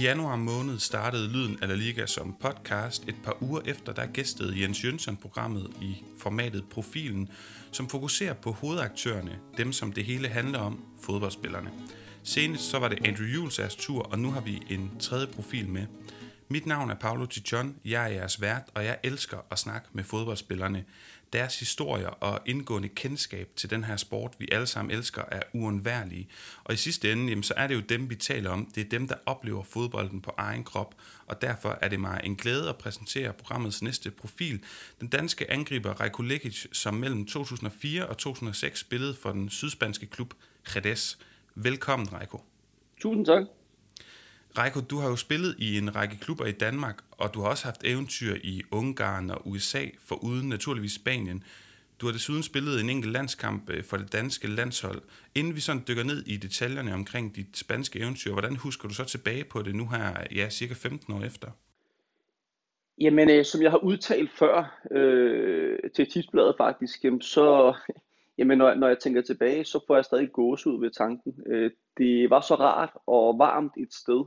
januar måned startede Lyden af La Liga som podcast. Et par uger efter, der gæstede Jens Jønsson programmet i formatet Profilen, som fokuserer på hovedaktørerne, dem som det hele handler om, fodboldspillerne. Senest så var det Andrew Julesers tur, og nu har vi en tredje profil med. Mit navn er Paolo Tichon, jeg er jeres vært, og jeg elsker at snakke med fodboldspillerne. Deres historier og indgående kendskab til den her sport, vi alle sammen elsker, er uundværlige. Og i sidste ende, jamen, så er det jo dem, vi taler om. Det er dem, der oplever fodbolden på egen krop. Og derfor er det mig en glæde at præsentere programmets næste profil. Den danske angriber Rajko Lekic, som mellem 2004 og 2006 spillede for den sydspanske klub Jerez. Velkommen, Rajko. Tusind tak. Rajko, du har jo spillet i en række klubber i Danmark, og du har også haft eventyr i Ungarn og USA, foruden naturligvis Spanien. Du har desuden spillet en enkelt landskamp for det danske landshold. Inden vi sådan dykker ned i detaljerne omkring dit spanske eventyr, hvordan husker du så tilbage på det nu her, ja, cirka 15 år efter? Jamen, som jeg har udtalt før til Tipsbladet faktisk, så når jeg tænker tilbage, så får jeg stadig gåsehud ved tanken. Det var så rart og varmt et sted.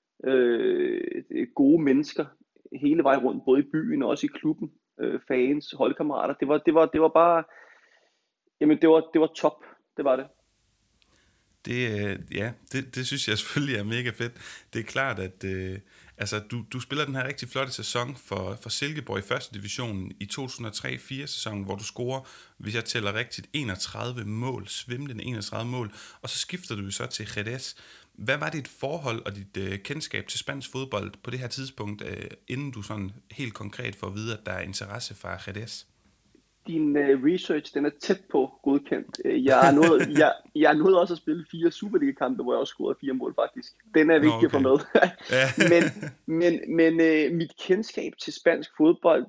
Gode mennesker hele vejen rundt, både i byen og også i klubben, fans, holdkammerater. Det var bare, det var top, det var det. Det synes jeg selvfølgelig er mega fedt. Det er klart, at du spiller den her rigtig flotte sæson for Silkeborg i første division i 2003-4 sæsonen, hvor du scorer, hvis jeg tæller rigtigt, 31 mål, svimlende 31 mål, og så skifter du så til Jerez. Hvad var dit forhold og dit kendskab til spansk fodbold på det her tidspunkt, inden du sådan helt konkret får at vide, at der er interesse fra Jerez? Din research, den er tæt på godkendt. Jeg nåede også at spille 4 Superliga-kampe, hvor jeg også scorede 4 mål faktisk. Den er vigtig at få med. men mit kendskab til spansk fodbold,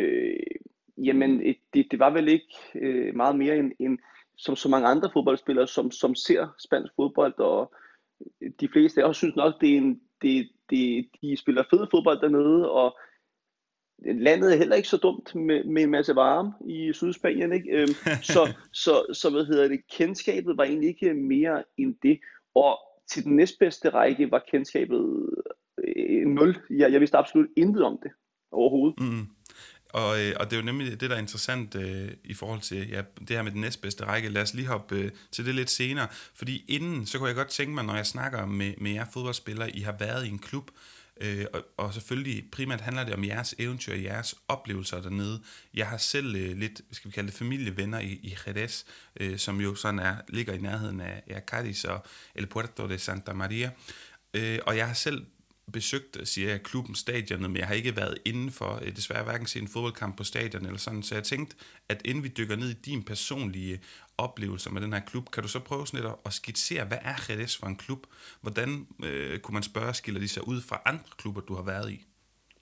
det var vel ikke meget mere end som så mange andre fodboldspillere, som ser spansk fodbold, og de fleste af os synes nok, de spiller fed fodbold dernede, og landet er heller ikke så dumt med en masse varme i Sydspanien, ikke? Så kendskabet var egentlig ikke mere end det. Og til den næstbedste række var kendskabet 0. Jeg vidste absolut intet om det overhovedet. Mm. Og det er jo nemlig det, der er interessant i forhold til det her med den næstbedste række. Lad os lige hoppe til det lidt senere. Fordi inden, så kunne jeg godt tænke mig, når jeg snakker med jer fodboldspillere, I har været i en klub, og selvfølgelig primært handler det om jeres eventyr, jeres oplevelser dernede. Jeg har selv lidt, skal vi kalde det, familievenner i Jerez, som jo sådan ligger i nærheden af Cádiz og El Puerto de Santa Maria. Og jeg har selv besøgt, siger jeg, klubbens stadionet, men jeg har ikke været indenfor, desværre hverken set en fodboldkamp på stadion eller sådan, så jeg tænkte, at inden vi dykker ned i din personlige oplevelser med den her klub, kan du så prøve sådan lidt at skitsere, hvad er Jerez for en klub? Hvordan kunne man spørge, skiller de sig ud fra andre klubber, du har været i?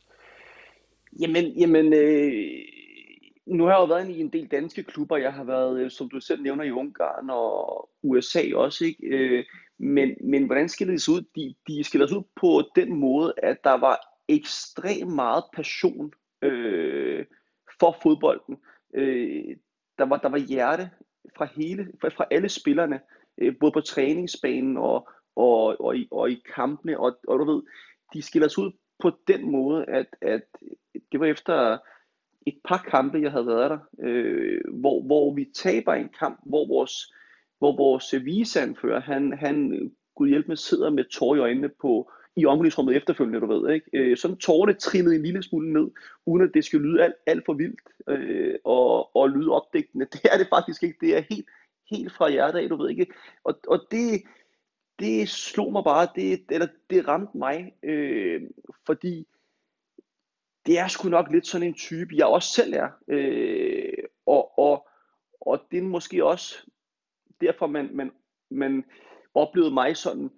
Nu har jeg jo været i en del danske klubber. Jeg har været, som du selv nævner, i Ungarn og USA også, ikke? Men hvordan skiller de sig ud? De skiller sig ud på den måde, at der var ekstremt meget passion for fodbolden. Der var hjerte fra alle spillerne, både på træningsbanen og i kampene. Og du ved, de skiller sig ud på den måde, at det var efter et par kampe, jeg havde været der, hvor vi taber en kamp, hvor vores viceanfører, han Gud hjælpe med, sidder med tårer i øjnene i omklædningsrummet efterfølgende, du ved, ikke? Sådan tårerne trillede en lille smule ned, uden at det skal lyde alt for vildt og lyde opdigtende. Det er det faktisk ikke. Det er helt fra hjertet af, du ved ikke. Og det slog mig bare, det ramte mig, fordi det er sgu nok lidt sådan en type, jeg også selv er. Og det er måske også derfor, man oplevede mig sådan,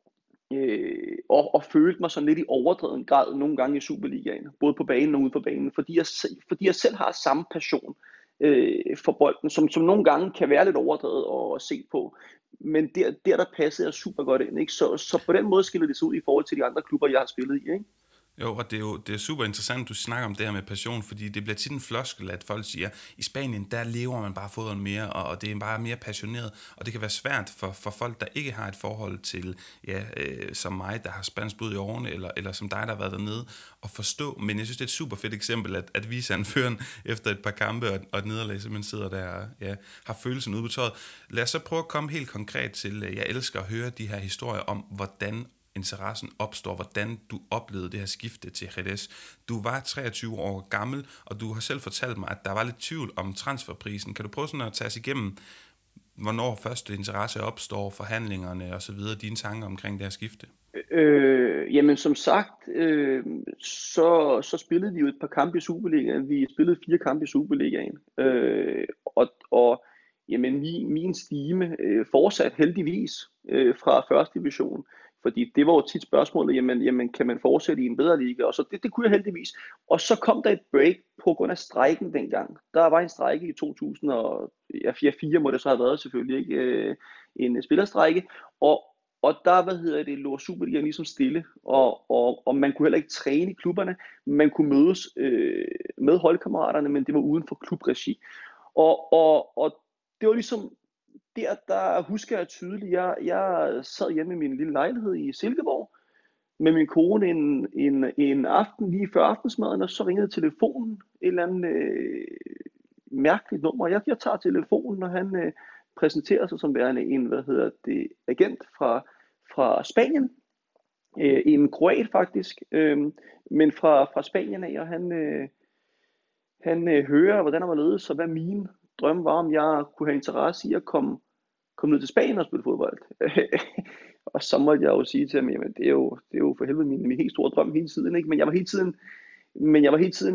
og følte mig sådan lidt i overdreven grad nogle gange i Superligaen, både på banen og ude på banen, fordi jeg selv har samme passion for bolden, som nogle gange kan være lidt overdrevet at se på. Men der passede jeg super godt ind, ikke? Så på den måde skiller det sig ud i forhold til de andre klubber, jeg har spillet i, ikke? Jo, og det er super interessant, du snakker om det her med passion, fordi det bliver tit en floskel, at folk siger, i Spanien, der lever man bare fodbold mere, og det er bare mere passioneret, og det kan være svært for folk, der ikke har et forhold til, ja, som mig, der har spansk blod i årene, eller som dig, der har været dernede, at forstå. Men jeg synes, det er et super fedt eksempel, at vise anføren efter et par kampe og et nederlag, så man sidder der og ja, har følelsen ude på tøjet. Lad os så prøve at komme helt konkret til, jeg elsker at høre de her historier om, hvordan interessen opstår, hvordan du oplevede det her skifte til Jerez. Du var 23 år gammel, og du har selv fortalt mig, at der var lidt tvivl om transferprisen. Kan du prøve sådan at tage os igennem, hvornår første interesse opstår, forhandlingerne og så videre, dine tanker omkring det her skifte? Jamen som sagt, så spillede vi jo et par kampe i Superligaen. Vi spillede 4 kampe i Superligaen. Og jamen, min stime fortsat heldigvis fra første division. Fordi det var jo tit spørgsmålet, jamen kan man fortsætte i en bedre liga? Og så det kunne jeg heldigvis. Og så kom der et break på grund af strejken dengang. Der var en strejke i 2004 må det så have været selvfølgelig, ikke? En spillerstrejke. Og der, lå Superligaen ligesom stille, og man kunne heller ikke træne i klubberne. Man kunne mødes med holdkammeraterne, men det var uden for klubregi. Og det var ligesom der husker jeg tydeligt, jeg sad hjemme i min lille lejlighed i Silkeborg med min kone en aften lige før aftensmaden, og så ringede telefonen, et eller andet mærkeligt nummer. Jeg tager telefonen, og han præsenterer sig som værende en, agent fra Spanien, en kroat faktisk, men fra Spanien af, og han hører, hvordan der var ledet, så hvad min drøm var, om jeg kunne have interesse i at komme ned til Spanien og spille fodbold. Og så måtte jeg jo sige til ham, jamen det er jo for helvede min helt store drøm hele tiden, ikke? Men jeg var hele tiden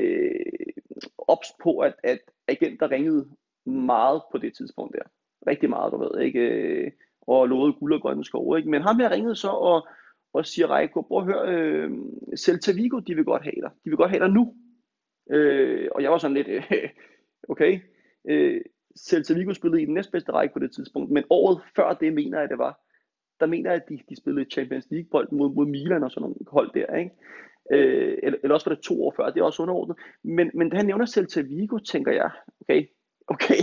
ops på, at agenter ringede meget på det tidspunkt der. Rigtig meget, du ved, ikke? Og lovede guld og grønne skove, ikke? Men ham her ringede så og siger, Reiko, prøv at høre, Celta Vigo, de vil godt have dig. De vil godt have dig nu. Og jeg var sådan lidt, okay. Celta Vigo spillede i den næstbedste række på det tidspunkt, men året før det mener jeg det var. Der mener jeg, at de spillede Champions League bold mod Milan og sådan nogle hold der, ikke? Eller også var det 2 år før, det er også underordnet. Men da han nævner Celta Vigo, tænker jeg, okay.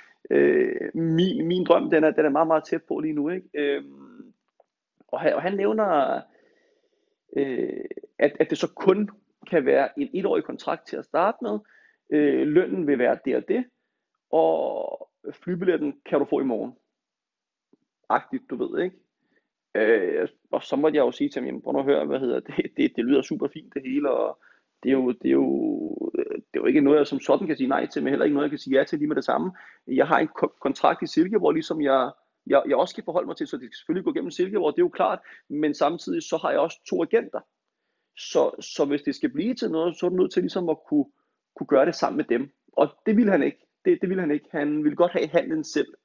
Min drøm, den er meget, meget tæt på lige nu, ikke? Og han nævner, at det så kun kan være en 1-årig kontrakt til at starte med. Lønnen vil være det og det, og flybilletten kan du få i morgen. Agtigt, du ved, ikke? Og så måtte jeg jo sige til ham, prøv at høre, det lyder super fint det hele, og det er jo ikke noget, jeg som sådan kan sige nej til, men heller ikke noget, jeg kan sige ja til lige med det samme. Jeg har en kontrakt i Silkeborg, ligesom jeg også skal forholde mig til, så det skal selvfølgelig gå gennem Silkeborg, det er jo klart, men samtidig så har jeg også 2 agenter. Så hvis det skal blive til noget, så er du nødt til ligesom at kunne gøre det sammen med dem. Og det ville han ikke. Det ville han ikke. Han ville godt have handlen selv.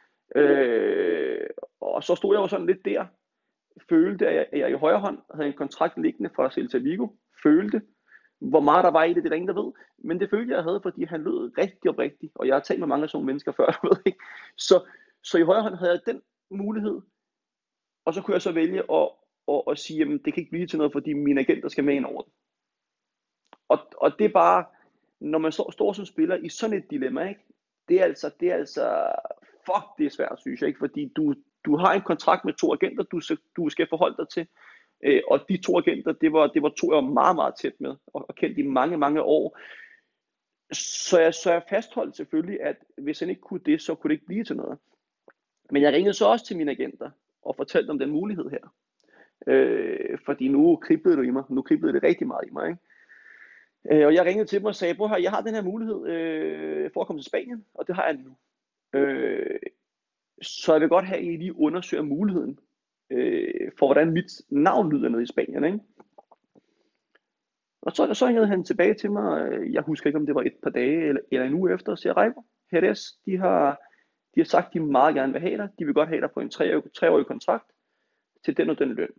Og så stod jeg jo sådan lidt der. Følte, at jeg i højre hånd havde en kontrakt liggende fra Celta Vigo. Følte, hvor meget der var i det er der ingen, der ved. Men det følte jeg havde, fordi han lød rigtig oprigtig. Og jeg har talt med mange af sådan mennesker før, du ved ikke. Så i højre hånd havde jeg den mulighed. Og så kunne jeg så vælge at sige, jamen det kan ikke blive til noget, fordi mine agenter skal med ind over det. Og det er bare, når man står som spiller i sådan et dilemma, ikke? Det er altså, fuck, det er svært, synes jeg, ikke? Fordi du har en kontrakt med 2 agenter, du skal forholde dig til. Og de 2 agenter, det var 2, jeg var meget, meget tæt med, og kendt i mange, mange år. Så jeg fastholdt selvfølgelig, at hvis han ikke kunne det, så kunne det ikke blive til noget. Men jeg ringede så også til mine agenter, og fortalte om den mulighed her. Fordi nu kriblede det i mig. Nu kriblede det rigtig meget i mig, ikke? Og jeg ringede til dem og sagde, bror, jeg har den her mulighed for at komme til Spanien, og det har jeg nu. Så jeg vil godt have, at I lige undersøger muligheden for, hvordan mit navn lyder nede i Spanien, ikke? Og så ringede han tilbage til mig, jeg husker ikke, om det var et par dage eller en uge efter, og siger, Reiko, Jerez, de har sagt, at de meget gerne vil have dig. De vil godt have dig på en 3-årig kontrakt til den og den løn.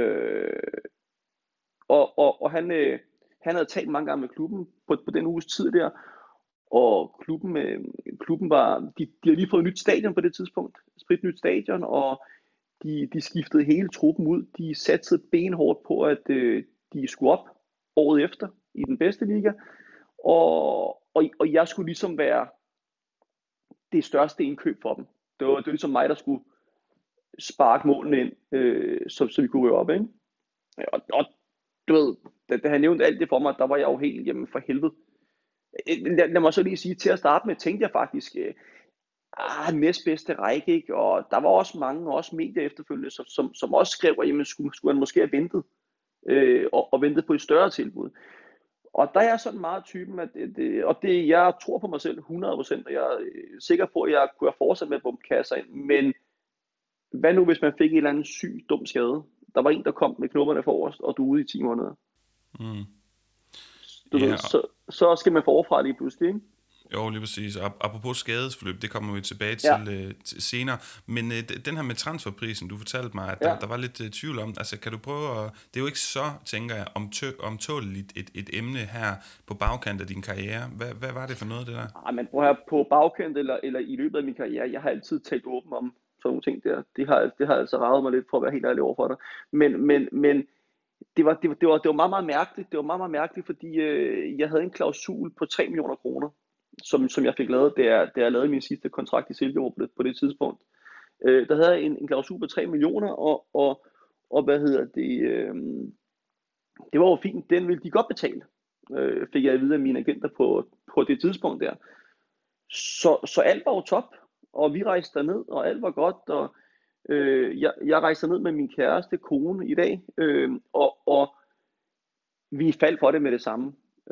Og han havde talt mange gange med klubben på den uges tid der, og klubben var, de har lige fået et nyt stadion på det tidspunkt, spritnyt stadion, og de skiftede hele truppen ud. De satsede benhårdt på, at de skulle op året efter i den bedste liga, og jeg skulle ligesom være det største indkøb for dem. Det var ligesom mig, der skulle sparke målene ind, så vi kunne røre op, ikke? Og du ved, da han nævnte alt det for mig, der var jeg jo helt hjemme for helvede. Lad mig så lige sige, til at starte med, tænkte jeg faktisk, næstbedste række, ikke? Og der var også mange, også medier efterfølgende, som også skrev, at jamen, skulle han måske have ventet, og ventet på et større tilbud. Og der er jeg sådan meget typen, at jeg tror på mig selv 100%, og jeg er sikker på, at jeg kunne have fortsat med at bombe kasser ind, men hvad nu, hvis man fik en eller anden syg, dum skade? Der var en, der kom med knopperne forrest, og du er ude i 10 måneder. Mm. Du ved, så skal man forfra lige pludselig, ikke? Jo, lige præcis. Apropos skadesforløb, det kommer vi tilbage til, til senere. Men den her med transferprisen, du fortalte mig, at der var lidt tvivl om. Altså, kan du prøve at... Det er jo ikke så, tænker jeg, omtåleligt et emne her på bagkant af din karriere. Hvad var det for noget, det der? Men prøv at høre, på bagkant eller i løbet af min karriere, jeg har altid talt åben om sådan nogle ting der. Det har altså ravet mig lidt, for at være helt ærlig over for dig. Men det var meget, meget mærkeligt. Det var meget, meget mærkeligt, fordi jeg havde en klausul på 3 millioner kroner, som jeg fik lavet, da jeg lavede min sidste kontrakt i Silkeborg på det tidspunkt. Der havde jeg en klausul på 3 millioner, og hvad hedder det, det var jo fint, den ville de godt betale, fik jeg at vide af mine agenter på det tidspunkt der. Så alt var jo top, og vi rejste derned, og alt var godt, og jeg rejste ned med min kæreste, kone i dag, og vi faldt for det med det samme.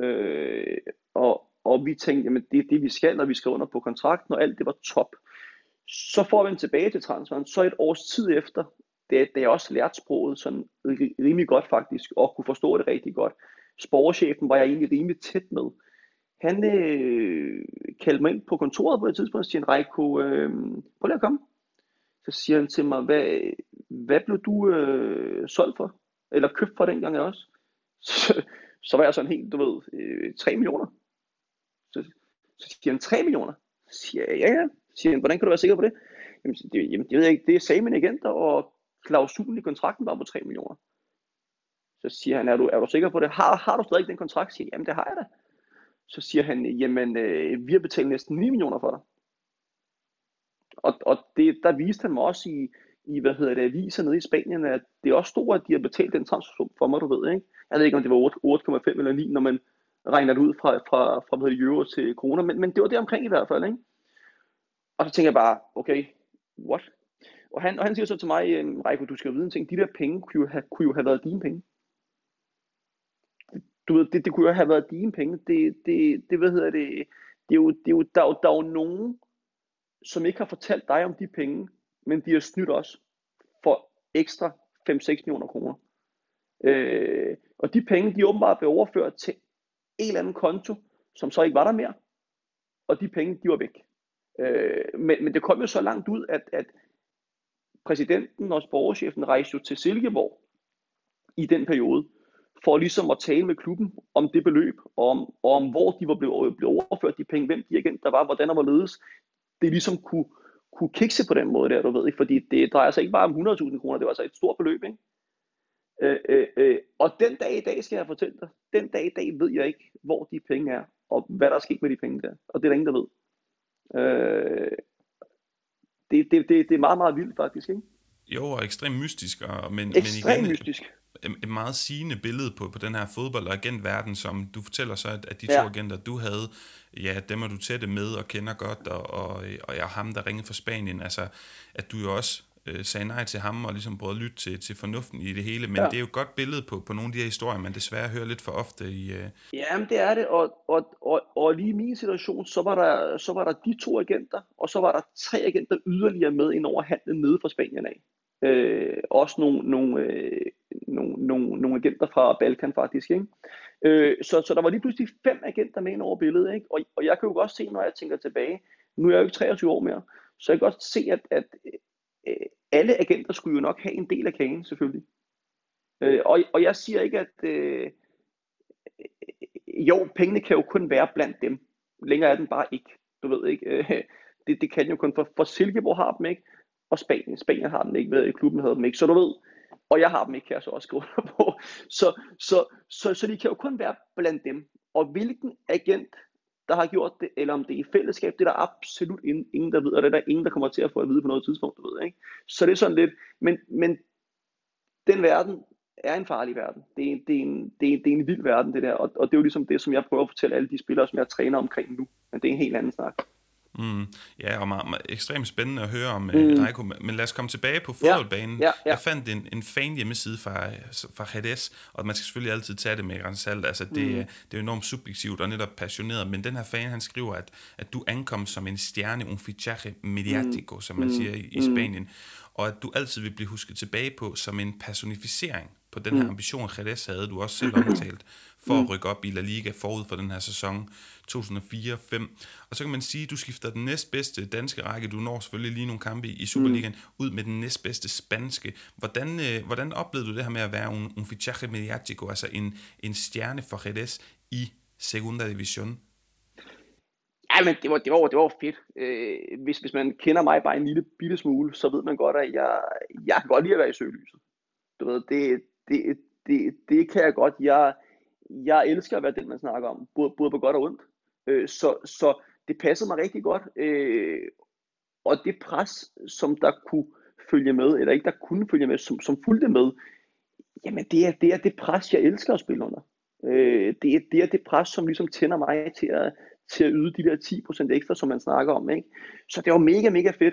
Og vi tænkte, jamen det er det, vi skal, når vi skal under på kontrakten, og alt det var top. Så får vi tilbage til transferen, så et års tid efter, da jeg også lærte sproget sådan rimelig godt faktisk, og kunne forstå det rigtig godt. Sportschefen var jeg egentlig rimelig tæt med. Han kaldte mig ind på kontoret på et tidspunkt og siger, Reiko, prøv lige at komme. Så siger han til mig, hvad blev du solgt for? Eller købt for dengang også? Så var jeg sådan helt, du ved, 3 millioner. Så siger han, 3 millioner? Så siger jeg, ja. Så siger han, hvordan kan du være sikker på det? Jamen det ved jeg ikke, det sagde mine agenter, og klausulen i kontrakten var på 3 millioner. Så siger han, er du sikker på det? Har du stadig den kontrakt? Så siger jeg, jamen det har jeg da. Så siger han, jamen vi har betalt næsten 9 millioner for dig. Og der viste han mig også i aviser nede i Spanien, at det også stod, at de har betalt den transfersum for mig, du ved, ikke? Jeg ved ikke, om det var 8,5 eller 9, når man regner det ud fra euro til kroner, men det var det omkring i hvert fald, ikke? Og så tænker jeg bare, okay, what? Og han siger så til mig, Reiko, du skal vide en ting, de der penge kunne jo have været dine penge. Du ved, det kunne jo have været dine penge. Der er jo nogen, som ikke har fortalt dig om de penge, men de har snydt os for ekstra 5-6 millioner kroner. Og de penge, de åbenbart blev overført til en eller anden konto, som så ikke var der mere, og de penge, de var væk. Men det kom jo så langt ud, at præsidenten og sportschefen rejste jo til Silkeborg i den periode, for ligesom at tale med klubben om det beløb, og om hvor de var blevet overført de penge, hvem de agenter var, hvordan og hvorledes det ligesom kunne kikse på den måde der, du ved ikke, fordi det drejer sig ikke bare om 100.000 kroner, det var altså et stort beløb, ikke? Og den dag i dag, skal jeg fortælle dig, den dag i dag ved jeg ikke, hvor de penge er, og hvad der er sket med de penge der, og det er der ingen, der ved. Det er meget, meget vildt faktisk, ikke? Jo, og ekstremt mystisk, men igen, mystisk. Et meget sigende billede på den her fodbold- og agentverden, som du fortæller så, at de to agenter, du havde, ja, dem er du tætte med og kender godt, og jeg ham, der ringede fra Spanien, altså, at du jo også sagde nej til ham, og ligesom prøvede at lytte til fornuften i det hele, men det er jo et godt billede på nogle af de her historier, man desværre hører lidt for ofte i... Jamen, det er det, og lige i min situation, så var der de to agenter, og så var der 3 agenter yderligere med ind over handlen nede fra Spanien af. Også nogle agenter fra Balkan faktisk, ikke? Så der var lige pludselig 5 agenter med ind over billedet, ikke? Og jeg kan jo godt se, når jeg tænker tilbage, nu er jeg jo ikke 23 år mere, så jeg kan godt se, at alle agenter skulle jo nok have en del af kagen, selvfølgelig. Og jeg siger ikke, at jo, pengene kan jo kun være blandt dem. Længere er den bare ikke. Du ved ikke. Det kan jo kun for Silkeborg har dem ikke, og Spanien har dem ikke, klubben havde dem ikke. Så du ved, Og jeg har dem ikke, kan jeg så også skrive under på. Så de kan jo kun være blandt dem. Og hvilken agent, der har gjort det, eller om det er i fællesskab, det er der absolut ingen der ved, og det er der ingen, der kommer til at få at vide på noget tidspunkt, du ved, ikke? Så det er sådan lidt, men den verden er en farlig verden. Det er en vild verden, det der, og det er jo ligesom det, som jeg prøver at fortælle alle de spillere, som jeg træner omkring nu. Men det er en helt anden snak. Ja, og ekstremt spændende at høre om Reiko, men lad os komme tilbage på fodboldbanen. Ja. Jeg fandt en fan hjemmeside fra Jerez, og man skal selvfølgelig altid tage det med gran salt. Altså, det er enormt subjektivt og netop passioneret, men den her fan, han skriver, at du ankom som en stjerne, un fichaje mediático, som man siger i Spanien, og at du altid vil blive husket tilbage på som en personificering på den her ambition, Jerez havde, du også selv omtalt, for at rykke op i La Liga forud for den her sæson 2004-05. Og så kan man sige, at du skifter den næstbedste danske række, du når selvfølgelig lige nogle kampe i Superligaen, ud med den næstbedste spanske. Hvordan oplevede du det her med at være un fichaje mediático, altså en stjerne for Jerez i Segunda División? Ja, men det var fedt. Hvis man kender mig bare en lille bitte smule, så ved man godt, at jeg kan godt lide at være i søgelyset. Du ved, det kan jeg godt. Jeg elsker at være den, man snakker om, både på godt og ondt. Så det passede mig rigtig godt. Og det pres, som der kunne følge med, eller ikke der kunne følge med, som fulgte med, jamen det er det pres, jeg elsker at spille under. Det er det pres, som ligesom tænder mig til at yde de der 10% ekstra, som man snakker om, ikke? Så det var mega, mega fedt.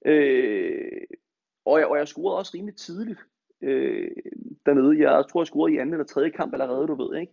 Og jeg scorede også rimelig tidligt dernede. Jeg tror, jeg scorede i anden eller tredje kamp allerede, du ved, ikke?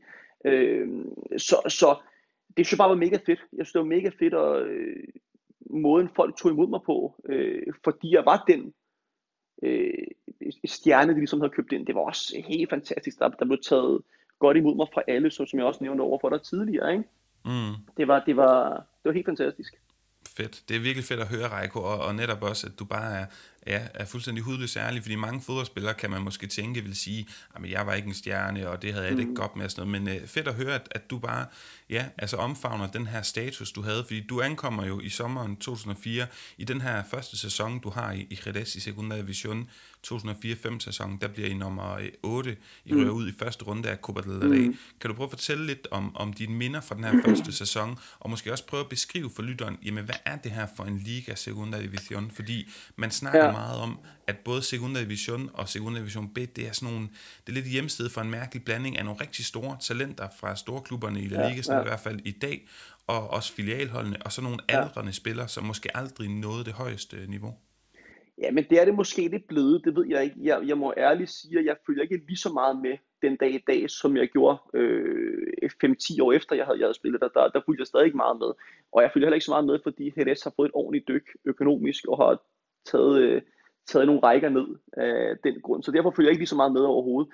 Så det synes jeg bare var mega fedt. Jeg synes, det var mega fedt, og måden folk tog imod mig på, fordi jeg var den stjerne, de ligesom havde købt ind. Det var også helt fantastisk. Der blev taget godt imod mig fra alle, som jeg også nævnte over for dig tidligere, ikke? Det var helt fantastisk. Fedt. Det er virkelig fedt at høre, Reiko, og netop også, at du bare er fuldstændig hudløs ærlig, fordi mange fodboldspillere kan man måske tænke, vil sige, at jeg var ikke en stjerne, og det havde jeg ikke godt med, og sådan noget. Men fedt at høre, at du bare omfavner den her status, du havde, fordi du ankommer jo i sommeren 2004, i den her første sæson, du har i Jerez i Segunda División, 2004-5 sæson, der bliver I nummer 8, I rører ud i første runde af Copa del Rey. Kan du prøve at fortælle lidt om dine minder fra den her første sæson, og måske også prøve at beskrive for lytteren, jamen hvad er det her for en liga Segunda División? Fordi man snakker meget om, at både Segunda División og Segunda División B, det er sådan nogle, det er lidt hjemsted for en mærkelig blanding af nogle rigtig store talenter fra store klubberne i La Liga, i hvert fald i dag, og også filialholdene, og så nogle aldrende spillere, som måske aldrig nåede det højeste niveau. Ja, men det er det måske lidt blevet, det ved jeg ikke. Jeg må ærligt sige, at jeg følger ikke lige så meget med den dag i dag, som jeg gjorde 5-10 år efter, jeg havde spillet der fulgte jeg stadig ikke meget med. Og jeg følger heller ikke så meget med, fordi Jerez har fået et ordentligt dyk økonomisk, og har taget nogle rækker ned af den grund. Så derfor følger jeg ikke lige så meget med overhovedet.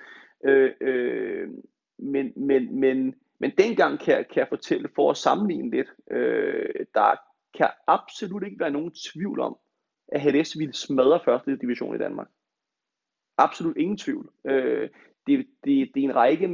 Men dengang kan jeg fortælle, for at sammenligne lidt, der kan absolut ikke være nogen tvivl om, at Jerez ville smadre første division i Danmark. Absolut ingen tvivl. Det er en række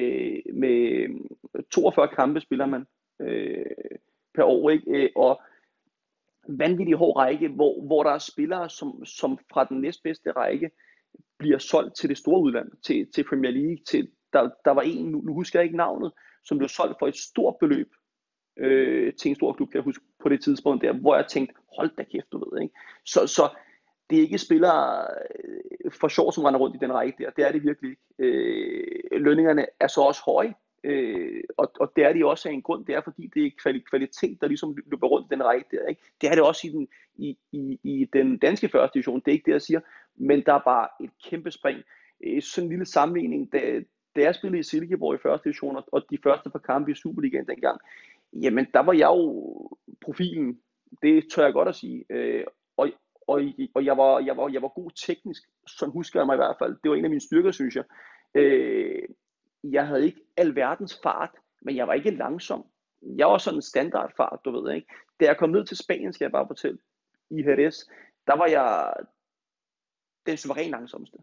med 42 kampe spiller man per år, ikke? Og vanvittig hård række, hvor der er spillere, som fra den næstbedste række bliver solgt til det store udland, til Premier League. Der var en, nu husker jeg ikke navnet, som blev solgt for et stort beløb til en stor klub, kan jeg huske på det tidspunkt der, hvor jeg tænkte, hold da kæft, du ved, ikke? Så det er ikke spillere for sjov, som render rundt i den række der. Det er det virkelig ikke. Lønningerne er så også høje, og det er de også af en grund. Det er fordi, det er kvalitet, der ligesom løber rundt i den række der, ikke? Det er det også i den danske første division. Det er ikke det, jeg siger, men der er bare et kæmpe spring. Sådan en lille sammenligning, da jeg spillede i Silkeborg i første division, og de første par kampe i Superligaen dengang, jamen der var jeg jo profilen. Det tør jeg godt at sige. Og jeg var god teknisk, sådan husker jeg mig i hvert fald. Det var en af mine styrker, synes jeg. Jeg havde ikke alverdens fart, men jeg var ikke langsom. Jeg var sådan en standardfart, du ved, ikke? Da jeg kom ned til Spanien, skal jeg bare fortælle, i Jerez, der var jeg den suveræn langsomste.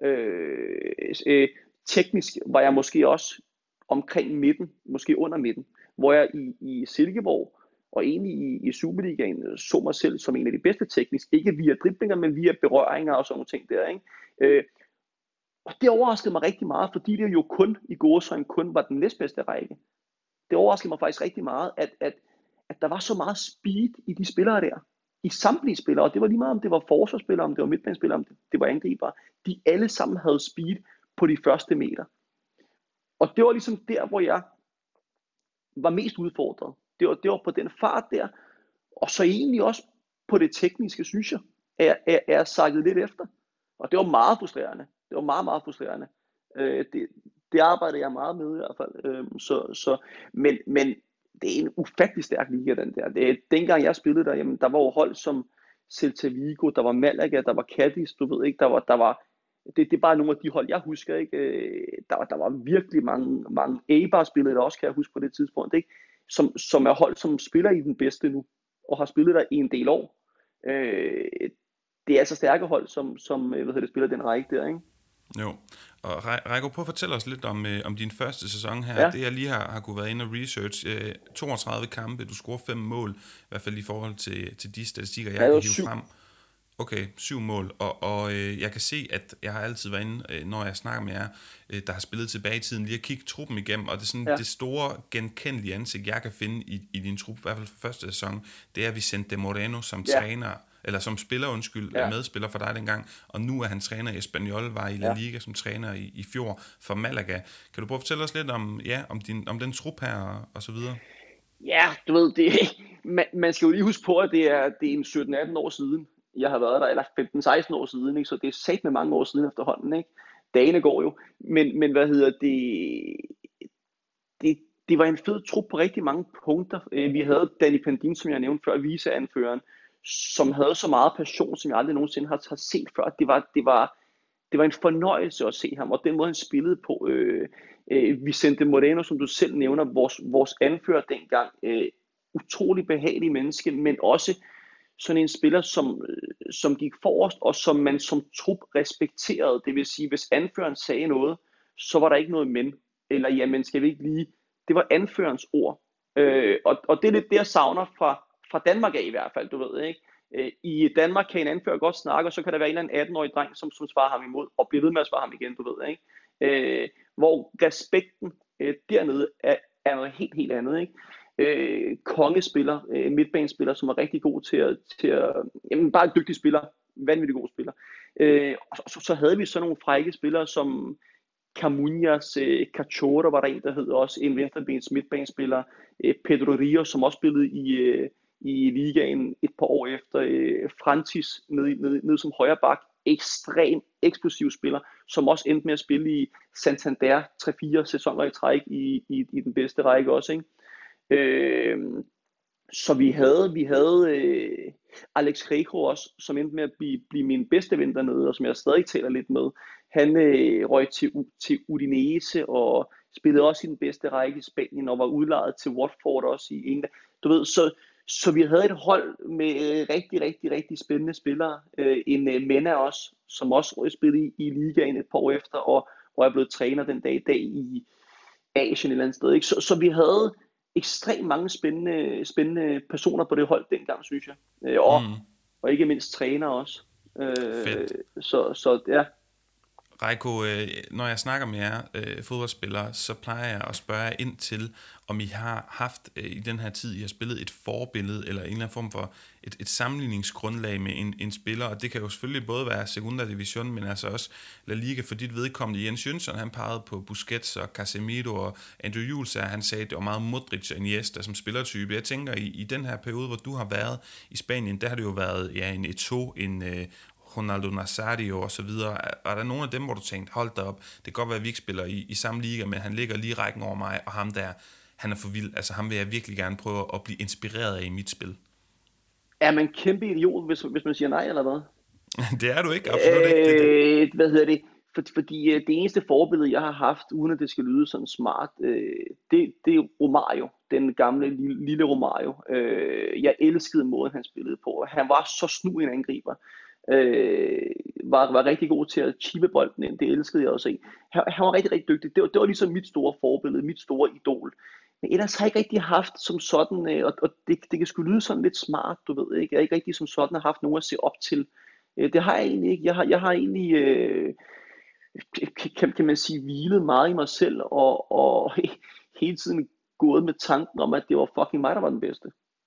Teknisk var jeg måske også omkring midten, måske under midten, hvor jeg i Silkeborg og egentlig i Superligaen så mig selv som en af de bedste teknisk, ikke via driblinger, men via berøringer og sådan nogle ting der, ikke? Og det overraskede mig rigtig meget, fordi det jo kun i gåseøjne kun var den næstbedste række. Det overraskede mig faktisk rigtig meget, at der var så meget speed i de spillere der. I samtlige spillere, og det var lige meget, om det var forsvarsspillere, om det var midtbanespillere, om det var angribere. De alle sammen havde speed på de første meter. Og det var ligesom der, hvor jeg var mest udfordret. Det var på den fart der, og så egentlig også på det tekniske, synes jeg, er sakket lidt efter. Og det var meget frustrerende. Det var meget, meget frustrerende. Det arbejdede jeg meget med i hvert fald. Men det er en ufattelig stærk liga, den der. Dengang jeg spillede der, jamen, der var jo hold som Celta Vigo, der var Malaga, der var Cadiz, du ved ikke, der var det er bare nogle af de hold, jeg husker, ikke? Der var virkelig mange A-bar-spillere, der også kan jeg huske på det tidspunkt, ikke? Som er hold, som spiller i den bedste nu, og har spillet der i en del år. Det er altså stærke hold, som spiller den række der, ikke? Jo, og Reiko, prøv at fortælle os lidt om din første sæson her. Ja. Det jeg lige har kunne være inde og research. 32 kampe, du scorer 5 mål, i hvert fald i forhold til de statistikker, jeg kan hive frem. Okay, 7 mål, og jeg kan se, at jeg har altid været inde, når jeg snakker med jer, der har spillet tilbage i tiden, lige at kigge truppen igennem, og det er sådan det store, genkendelige ansigt, jeg kan finde i din trup, i hvert fald for første sæson, det er Vicente Moreno som træner, eller som spiller, medspiller for dig dengang, og nu er han træner i Espanyol, var i La Liga som træner i fjor for Malaga. Kan du prøve at fortælle os lidt om den trup her, og så videre? Ja, du ved, man skal jo lige huske på, at det er en 17-18 år siden, jeg har været der, eller 15-16 år siden, ikke? Så det er sat med mange år siden efterhånden, ikke? Dagene går jo, men det var en fed trup på rigtig mange punkter. Vi havde Danny Pandin, som jeg nævnte før, viceanføreren, som havde så meget passion, som jeg aldrig nogensinde har set før. Det var en fornøjelse at se ham, og den måde han spillede på. Vicente Moreno, som du selv nævner, vores anfører dengang, utrolig behagelig menneske, men også sådan en spiller, som gik forrest, og som man som trup respekterede. Det vil sige, hvis anføreren sagde noget, så var der ikke noget men, eller jamen skal vi ikke lige. Det var anførerens ord. Og det er lidt det, jeg savner fra Danmark af i hvert fald, du ved, ikke? I Danmark kan en anfører godt snakke, og så kan der være en eller anden 18-årig dreng, som svarer ham imod, og bliver ved med at svare ham igen, du ved, ikke? Hvor respekten dernede er noget helt, helt andet, ikke? Kongespiller, midtbanespiller, som er rigtig god til at jamen bare en dygtig spiller, vanvittig god spiller. Og så havde vi sådan nogle frække spillere som Camuñas, Cachorro var der en, der hed også, en venstrebens midtbanespiller, Pedro Rio, som også spillede i ligaen et par år efter, Francis ned som højre bak, ekstrem eksplosiv spiller, som også endte med at spille i Santander 3-4 sæsoner i træk i den bedste række også, ikke? Så vi havde Alex Rejo også, som endte med at blive min bedste ven dernede, og som jeg stadig taler lidt med. Han røg til Udinese og spillede også i den bedste række i Spanien og var udlejet til Watford også i England. Du ved, så vi havde et hold med rigtig, rigtig, rigtig spændende spillere. En Mena også, som også spillede i ligaen et par år efter, og er blevet træner den dag i dag i Asien et eller andet sted, ikke? Så vi havde ekstremt mange spændende personer på det hold dengang, synes jeg. Og ikke mindst træner også. Så ja. Reiko, når jeg snakker med jer fodboldspillere, så plejer jeg at spørge jer ind til, om I har haft i den her tid, I har spillet et forbillede, eller en eller anden form for et sammenligningsgrundlag med en spiller, og det kan jo selvfølgelig både være Segunda Division, men altså også La Liga for dit vedkommende. Jens Jønsson, han pegede på Busquets og Casemiro, og Andrew Jules, han sagde, at det var meget Modric og Iniesta som spillertype. Jeg tænker, i den her periode, hvor du har været i Spanien, der har det jo været en Eto'o, en Ronaldo Nazario og så videre. Er der nogle af dem, hvor du tænkte, hold da op, det kan godt være, at vi ikke spiller i samme liga, men han ligger lige rækken over mig, og ham der, han er for vild. Altså ham vil jeg virkelig gerne prøve at blive inspireret af i mit spil. Er man kæmpe idiot, hvis man siger nej, eller hvad? Det er du ikke, absolut ikke. Hvad hedder det? Fordi det eneste forbillede, jeg har haft, uden at det skal lyde sådan smart, det er Romario, den gamle lille Romario. Jeg elskede måden, han spillede på. Han var så snu en angriber. Var rigtig god til at chippe bolden ind. Det elskede jeg også se. Han var rigtig, rigtig dygtig. Det var ligesom mit store forbillede, mit store idol. Men ellers har jeg ikke rigtig haft som sådan, og det kan sgu lyde sådan lidt smart, du ved ikke. Jeg har ikke rigtig som sådan haft nogen at se op til. Det har jeg egentlig ikke. Jeg har egentlig kan man sige, hvilet meget i mig selv, og hele tiden gået med tanken om, at det var fucking mig, der var den bedste.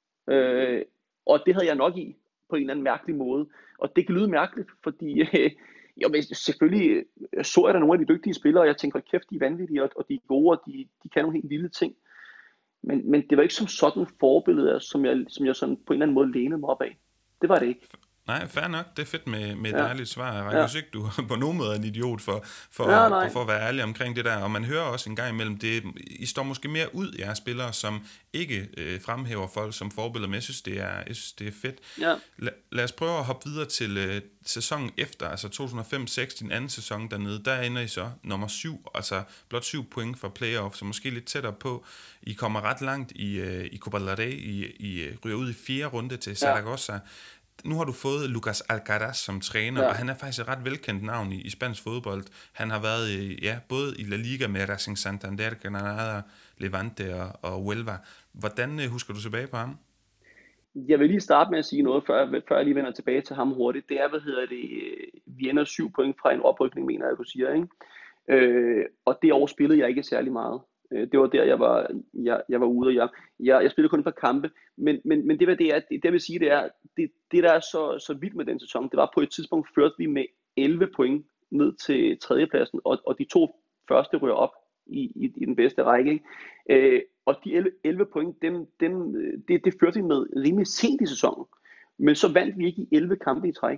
Og det havde jeg nok i, på en eller anden mærkelig måde. Og det kan lyde mærkeligt, fordi jo, men selvfølgelig så jeg der nogle af de dygtige spillere, og jeg tænkte, hold kæft, de er vanvittige, og de er gode, og de kan nogle helt vilde ting. Men det var ikke som sådan forbilleder, som jeg sådan på en eller anden måde lænede mig op af. Det var det ikke. Nej, fair nok. Det er fedt med et Ja, ærligt svar. Jeg ja. synes ikke, du er på nogen måde en idiot Ja, nej. for at være ærlig omkring det der. Og man hører også en gang imellem, I står måske mere ud, jeres spillere, som ikke fremhæver folk som forbilleder, men jeg synes, det er fedt. Ja. Lad os prøve at hoppe videre til sæsonen efter, altså 2005-6, din anden sæson dernede. Der ender I så nummer 7, altså blot 7 point for playoff, så måske lidt tættere på. I kommer ret langt i Copa del Rey. I ryger ud i 4. runde til Zaragoza. Ja. Nu har du fået Lucas Alcaraz som træner, og han er faktisk et ret velkendt navn i spansk fodbold. Han har været både i La Liga med Racing Santander, Granada, Levante og Huelva. Hvordan husker du tilbage på ham? Jeg vil lige starte med at sige noget, før jeg lige vender tilbage til ham hurtigt. Det er, vi ender 7 point fra en oprykning, mener jeg, du siger, ikke? Og det år spillede jeg ikke særlig meget. Det var der, jeg var ude, og jeg spillede kun et par kampe. Men det vil sige, det der er så vildt med den sæson, det var på et tidspunkt førte vi med 11 point ned til tredjepladsen, og de 2 første rører op i den bedste række, ikke? Og de 11 point, det førte vi med rimelig sent i sæsonen. Men så vandt vi ikke i 11 kampe i træk.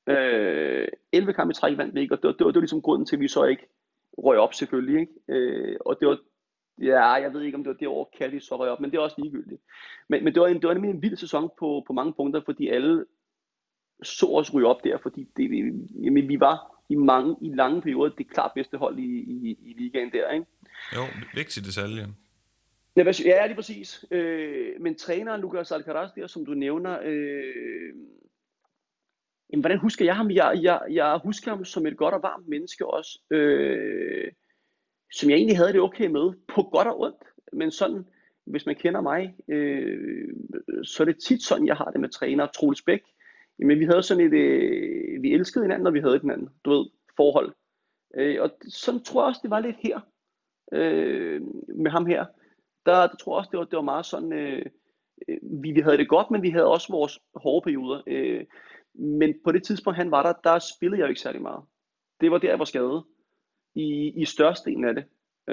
11 kampe i træk vandt vi ikke, og det var ligesom grunden til, at vi så ikke røg op selvfølgelig, ikke? Og det var, jeg ved ikke, om det var det år, Cadiz så røg op, men det er også ligegyldigt. Men det var nemlig en vild sæson på mange punkter, fordi alle så os ryge op der, fordi vi var i lange perioder det klart bedste hold i ligaen der, ikke? Jo, vigtig detalje. Ja, lige præcis. Men træneren Lucas Alcaraz der, som du nævner, jamen, hvordan husker jeg ham? Jeg husker ham som et godt og varmt menneske også, som jeg egentlig havde det okay med, på godt og ondt. Men sådan, hvis man kender mig, så er det tit sådan, jeg har det med træner. Troels Bæk, men vi havde sådan vi elskede hinanden, og vi havde hinanden, du ved, forhold. Og sådan tror jeg også, det var lidt her, med ham her. Der tror jeg også, det var meget sådan, vi havde det godt, men vi havde også vores hårde perioder. Men på det tidspunkt, han var der spillede jeg jo ikke særlig meget. Det var der, jeg var skadet. I størstedelen af det.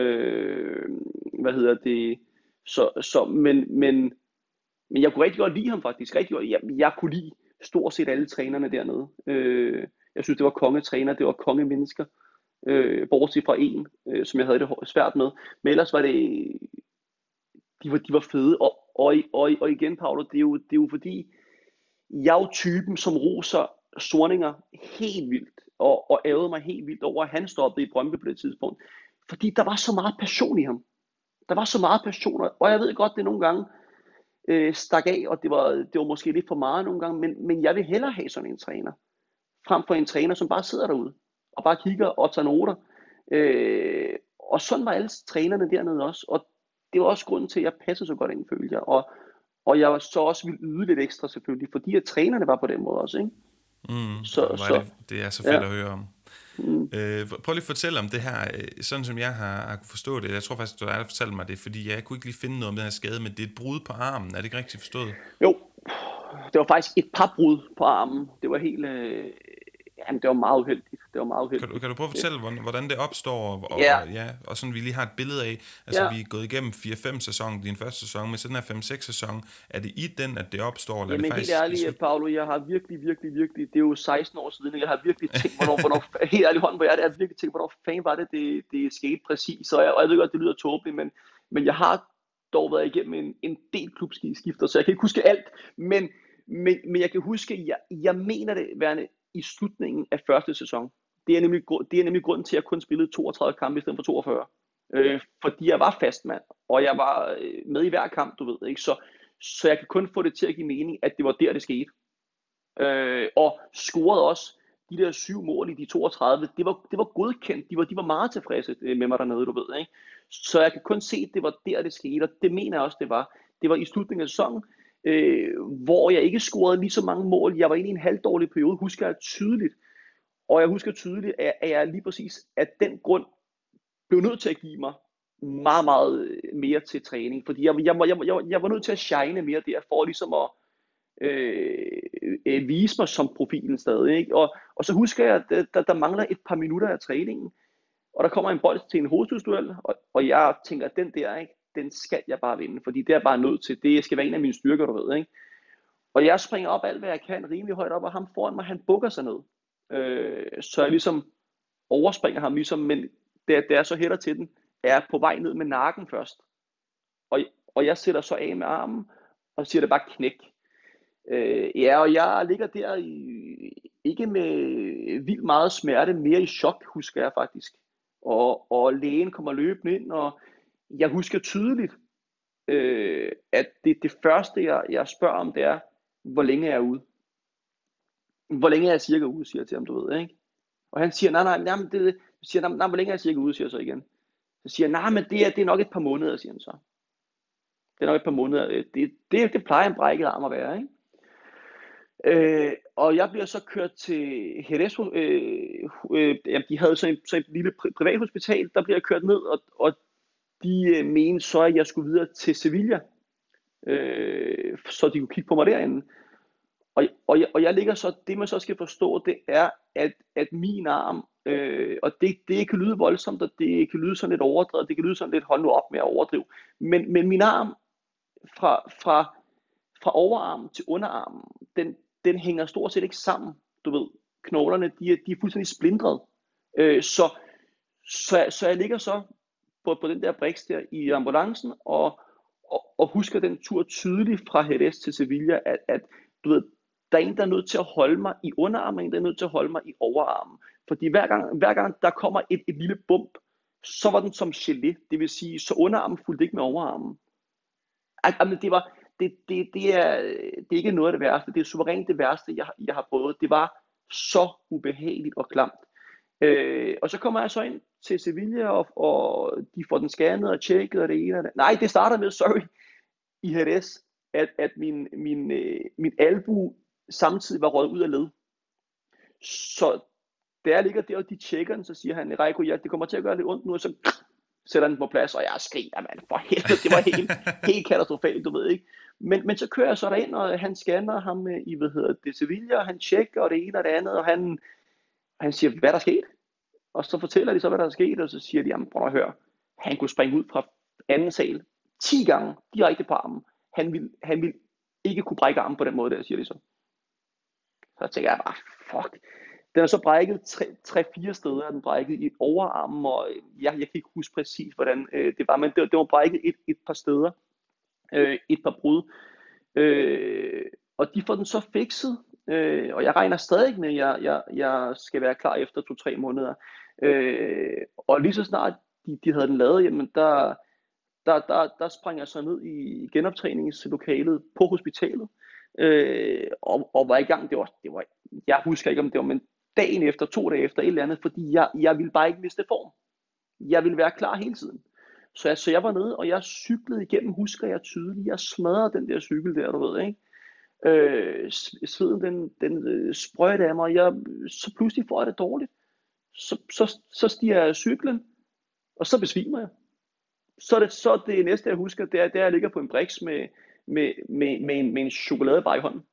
Men jeg kunne rigtig godt lide ham faktisk. Jeg kunne lide stort set alle trænerne dernede. Jeg synes, det var kongetræner, det var kongemennesker. Bortset fra en, som jeg havde det svært med. Men ellers var det, de var fede. Og igen, Paolo, det er jo fordi, jeg er jo typen, som roser Sorninger helt vildt, og ærgede mig helt vildt over, at han stoppede i Brøndby på det tidspunkt. Fordi der var så meget passion i ham. Der var så meget passion, og jeg ved godt, det nogle gange stak af, og det var måske lidt for meget nogle gange, men jeg vil hellere have sådan en træner, frem for en træner, som bare sidder derude, og bare kigger og tager noter. Og sådan var alle trænerne dernede også, og det var også grunden til, at jeg passede så godt ind, følte jeg. Og jeg så også ville yde lidt ekstra selvfølgelig, fordi at trænerne var på den måde også, ikke? Det er så fedt at høre om. Prøv lige at fortælle om det her, sådan som jeg har kunne forstå det. Jeg tror faktisk, du har fortalt mig det, fordi jeg kunne ikke lige finde noget om den her skade, men det er et brud på armen. Er det ikke rigtigt forstået? Jo, det var faktisk et par brud på armen. Det var helt, det var meget uheldigt. Kan du prøve at fortælle, hvordan det opstår, og sådan vi lige har et billede af, altså vi er gået igennem 4-5 sæsonen, din første sæson, men sådan her 5-6 sæson, er det i den, at det opstår? Eller Jamen det faktisk helt ærligt, Paolo, jeg har virkelig, det er jo 16 år siden, jeg har virkelig tænkt, hvornår helt ærligt hånden på hjertet, jeg har virkelig tænkt, hvornår fanden var det skete præcis, og jeg ved godt, det lyder tåbeligt, men jeg har dog været igennem en del klubskifter, så jeg kan ikke huske alt, men jeg kan huske, jeg mener det værende i slutningen af første sæson. Det er nemlig grunden til, at jeg kun spillede 32 kampe i stedet for 42. Fordi jeg var fastmand, og jeg var med i hver kamp, du ved, ikke? Så jeg kan kun få det til at give mening, at det var der, det skete. Og scorede også de der 7 mål i de 32. Det var godkendt. De var meget tilfredse med mig dernede, du ved, ikke? Så jeg kan kun se, at det var der, det skete, og det mener jeg også, det var. Det var i slutningen af sæsonen, hvor jeg ikke scorede lige så mange mål. Jeg var inde i en halvdårlig periode, husker jeg tydeligt. Og jeg husker tydeligt, at jeg lige præcis af den grund blev nødt til at give mig meget, meget mere til træning. Fordi jeg var nødt til at shine mere der, for ligesom at vise mig som profilen stadig. Ikke? Og så husker jeg, at der mangler et par minutter af træningen, og der kommer en bold til en hovedstødsduel, og jeg tænker, at den der, ikke, den skal jeg bare vinde, fordi det er bare nødt til. Det skal være en af mine styrker, du ved. Ikke? Og jeg springer op alt, hvad jeg kan, rimelig højt op, og ham foran mig, han bukker sig ned. Så jeg ligesom overspringer ham, ligesom, men da jeg så hætter til den, er jeg på vej ned med nakken først. Og jeg sætter så af med armen, og siger det bare knæk. Ja, og jeg ligger der ikke med vildt meget smerte, mere i chok, husker jeg faktisk. Og lægen kommer løbende ind, og jeg husker tydeligt, at det første, jeg spørger om, det er, hvor længe er jeg ude? Hvor længe er jeg cirka ude, siger jeg til ham, du ved, ikke? Og han siger, nej, hvor længe er jeg cirka ude, siger jeg så igen. Så siger jeg, nej, men det er nok et par måneder, siger han så. Det er nok et par måneder. Det plejer en brækket arm at være, ikke? Og jeg bliver så kørt til Jerez. De havde så et lille privathospital, der bliver jeg kørt ned, og de mente så, at jeg skulle videre til Sevilla, så de kunne kigge på mig derinde. Og jeg ligger så, det man så skal forstå, det er, at min arm, og det kan lyde voldsomt, og det kan lyde sådan lidt overdrevet, det kan lyde sådan lidt, hold nu op med at overdrive, men min arm, fra overarmen til underarmen, den hænger stort set ikke sammen, du ved, knoglerne, de er fuldstændig splintret, så jeg ligger så på den der briks der i ambulancen, og husker den tur tydeligt fra Jerez til Sevilla, at du ved, der er en, der er nødt til at holde mig i underarmen, en, der er nødt til at holde mig i overarmen. Fordi hver gang der kommer et lille bump, så var den som gelé, det vil sige, så underarmen fulgte ikke med overarmen. Jamen, det er ikke noget af det værste, det er suverænt det værste, jeg har prøvet. Det var så ubehageligt og klamt. Og så kommer jeg så ind til Sevilla, og de får den scannet og tjekket, og det ene og det. Nej, det starter med, i Jerez, at min albu samtidig var røget ud af led. Så da jeg ligger der, og de tjekker den, så siger han, Reiko, ja, det kommer til at gøre lidt ondt nu, og så sætter den på plads, og jeg skriger, mand, for helvede, det var helt katastrofalt, du ved ikke. Men så kører jeg så derind, og han scanner ham i, Sevilla, og han tjekker, og det ene og det andet, og han siger, hvad der er sket? Og så fortæller de så, hvad der er sket, og så siger de, jamen prøv at høre, han kunne springe ud fra anden sal 10 gange direkte på armen. Han vil ikke kunne brække armen på den måde, der siger de så. Så tænker jeg bare, fuck. Den er så brækket 3-4 steder, er den brækket i overarmen, og jeg kan ikke huske præcis, hvordan det var, men det var brækket et par steder, et par brud. Og de får den så fikset, og jeg regner stadig med, at jeg skal være klar efter 2-3 måneder. Og lige så snart de havde den lavet, jamen der sprang jeg så ned i genoptræningslokalet på hospitalet, og var i gang. Det var, jeg husker ikke, om det var, men dagen efter, 2 dage efter, et eller andet, fordi jeg ville bare ikke miste form. Jeg ville være klar hele tiden. Så jeg var nede, og jeg cyklede igennem, husker jeg tydeligt. Jeg smadrede den der cykel der, du ved, ikke? Sveden, den sprøjte af mig, og så pludselig får jeg det dårligt. Så stiger jeg cyklen, og så besvimer jeg. Så det næste, jeg husker, det er, at jeg ligger på en briks med en chokoladebar i hånden.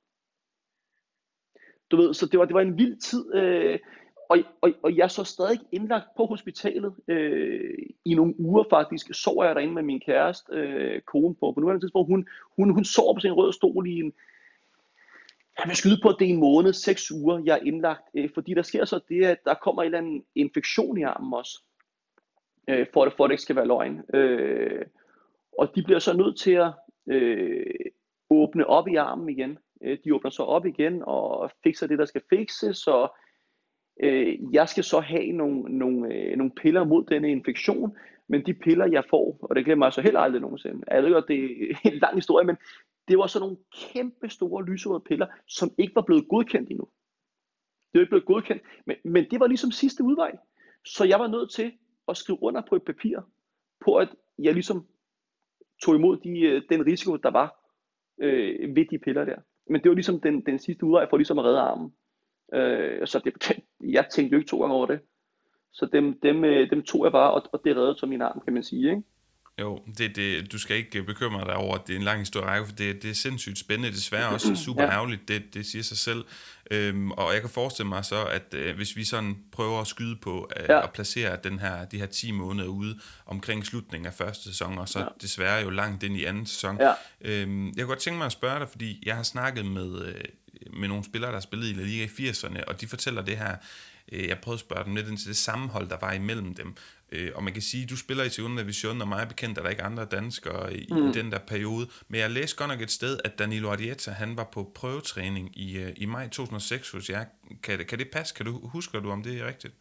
Du ved, så det var en vild tid, og jeg så stadig indlagt på hospitalet i nogle uger faktisk. Sover jeg derinde med min kæreste, kone på nuværende tidspunkt. Hun sover på sin røde stol i jeg vil skyde på, at det er en måned, 6 uger, jeg er indlagt. Fordi der sker så det, at der kommer en eller anden infektion i armen også. For at det ikke skal være løgn. Og de bliver så nødt til at åbne op i armen igen. De åbner så op igen og fikser det, der skal fikses. Så jeg skal så have nogle piller mod denne infektion. Men de piller, jeg får, og det glemmer jeg så heller aldrig nogensinde. Jeg ved godt, det er en lang historie, men det var så nogle kæmpe store lyserøde piller, som ikke var blevet godkendt endnu. Det var ikke blevet godkendt, men det var ligesom sidste udvej. Så jeg var nødt til at skrive under på et papir, på at jeg ligesom tog imod den risiko, der var ved de piller der. Men det var ligesom den sidste udvej for ligesom at redde armen. Så jeg tænkte jo ikke 2 gange over det. Så dem tog jeg bare, og det reddede så min arm, kan man sige, ikke? Jo, du skal ikke bekymre dig over, at det er en lang historie række, for det er sindssygt spændende, desværre også super Ja, ærgerligt, det siger sig selv. Og jeg kan forestille mig så, at hvis vi sådan prøver at skyde på ja, at placere de her 10 måneder ude omkring slutningen af første sæson, og så ja, desværre jo langt ind i anden sæson. ja. Jeg kunne godt tænke mig at spørge dig, fordi jeg har snakket med nogle spillere, der har spillet i La Liga i 80'erne, og de fortæller det her. Jeg prøvede at spørge dem lidt ind til det sammenhold, der var imellem dem. Og man kan sige, at du spiller i Segunda Division, og mig er bekendt, at der ikke er andre danskere i den der periode. Men jeg læste godt nok et sted, at Danilo Arieta, han var på prøvetræning i maj 2006 hos jer. Kan det passe? Husker du, om det er rigtigt?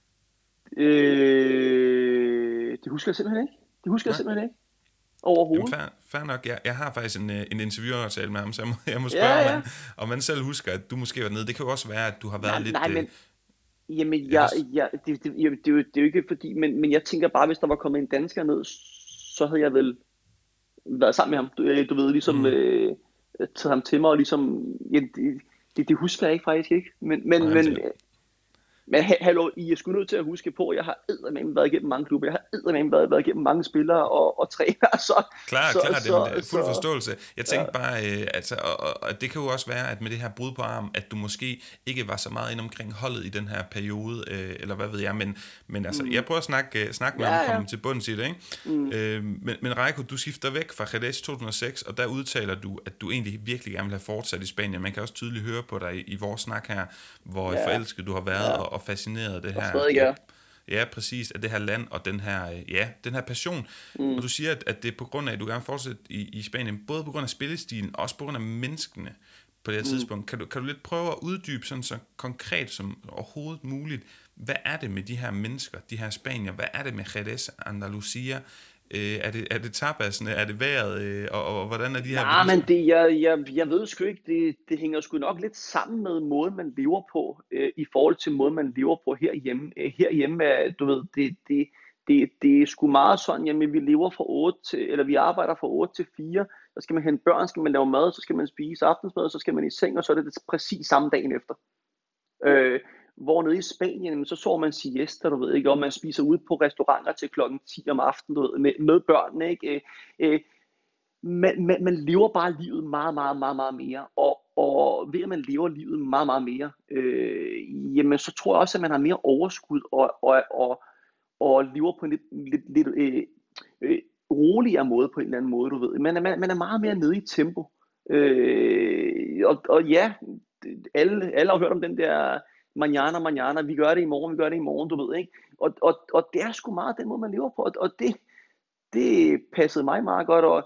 Det husker jeg simpelthen ikke. Det husker jeg Nej? simpelthen ikke. Jamen, Overhovedet. fair nok. Jeg har faktisk en interviewaftale med ham, så jeg må Ja, spørge, ja. om man selv husker, at du måske var nede. Det kan jo også være, at du har været Nej, lidt... nej, men jamen, Ja, jamen, det er jo ikke fordi, men jeg tænker bare, hvis der var kommet en dansker ned, så havde jeg vel været sammen med ham. Du ved, ligesom taget ham til mig, og ligesom, ja, det husker jeg ikke faktisk ikke. Men hallo, I er sgu nødt til at huske på, at jeg har eddermame været igennem mange klubber, jeg har eddermame været igennem mange spillere og trænere, Klar, det er fuld forståelse. Jeg ja, tænkte bare, og det kan jo også være, at med det her brud på arm, at du måske ikke var så meget ind omkring holdet i den her periode, eller hvad ved jeg, men altså, jeg prøver at snakke med ham og ja, komme til bunds i det, ikke? Men Raiko, du skifter væk fra Jerez 2006, og der udtaler du, at du egentlig virkelig gerne vil have fortsat i Spanien. Man kan også tydeligt høre på dig i vores snak her, hvor ja, forelsket du har været, ja, og fascineret af det og her. stadig er. Ja, præcis, af det her land og den her passion. Og du siger, at det er på grund af, at du gerne vil fortsætte i Spanien, både på grund af spillestilen, og også på grund af menneskene på det her tidspunkt. Kan du lidt prøve at uddybe sådan så konkret som overhovedet muligt, hvad er det med de her mennesker, de her spanier, hvad er det med Jerez, Andalusia, er det tapasene, er det vejret, og hvordan er de her Nej, mennesker? men jeg ved sgu ikke, det hænger sgu nok lidt sammen med måden, man lever på, i forhold til måden, man lever på herhjemme. Herhjemme er, du ved, det er sgu meget sådan, jamen vi lever fra 8 til, eller vi arbejder fra 8 til 4, så skal man hente børn, skal man lave mad, så skal man spise aftensmad, så skal man i seng, og så er det præcis samme dagen efter. Øh, hvor nede i Spanien, så sover man siesta, du ved ikke, og man spiser ude på restauranter til klokken 10 om aftenen, du ved, med børnene, ikke? Man lever bare livet meget, meget, meget, meget mere, og ved at man lever livet meget, meget mere, jamen så tror jeg også, at man har mere overskud, og lever på en lidt roligere måde, på en eller anden måde, du ved. Man er meget mere nede i tempo, og ja, alle har hørt om den der manana, vi gør det i morgen, du ved, ikke? Og det er sgu meget den måde, man lever på, og det passede mig meget godt, og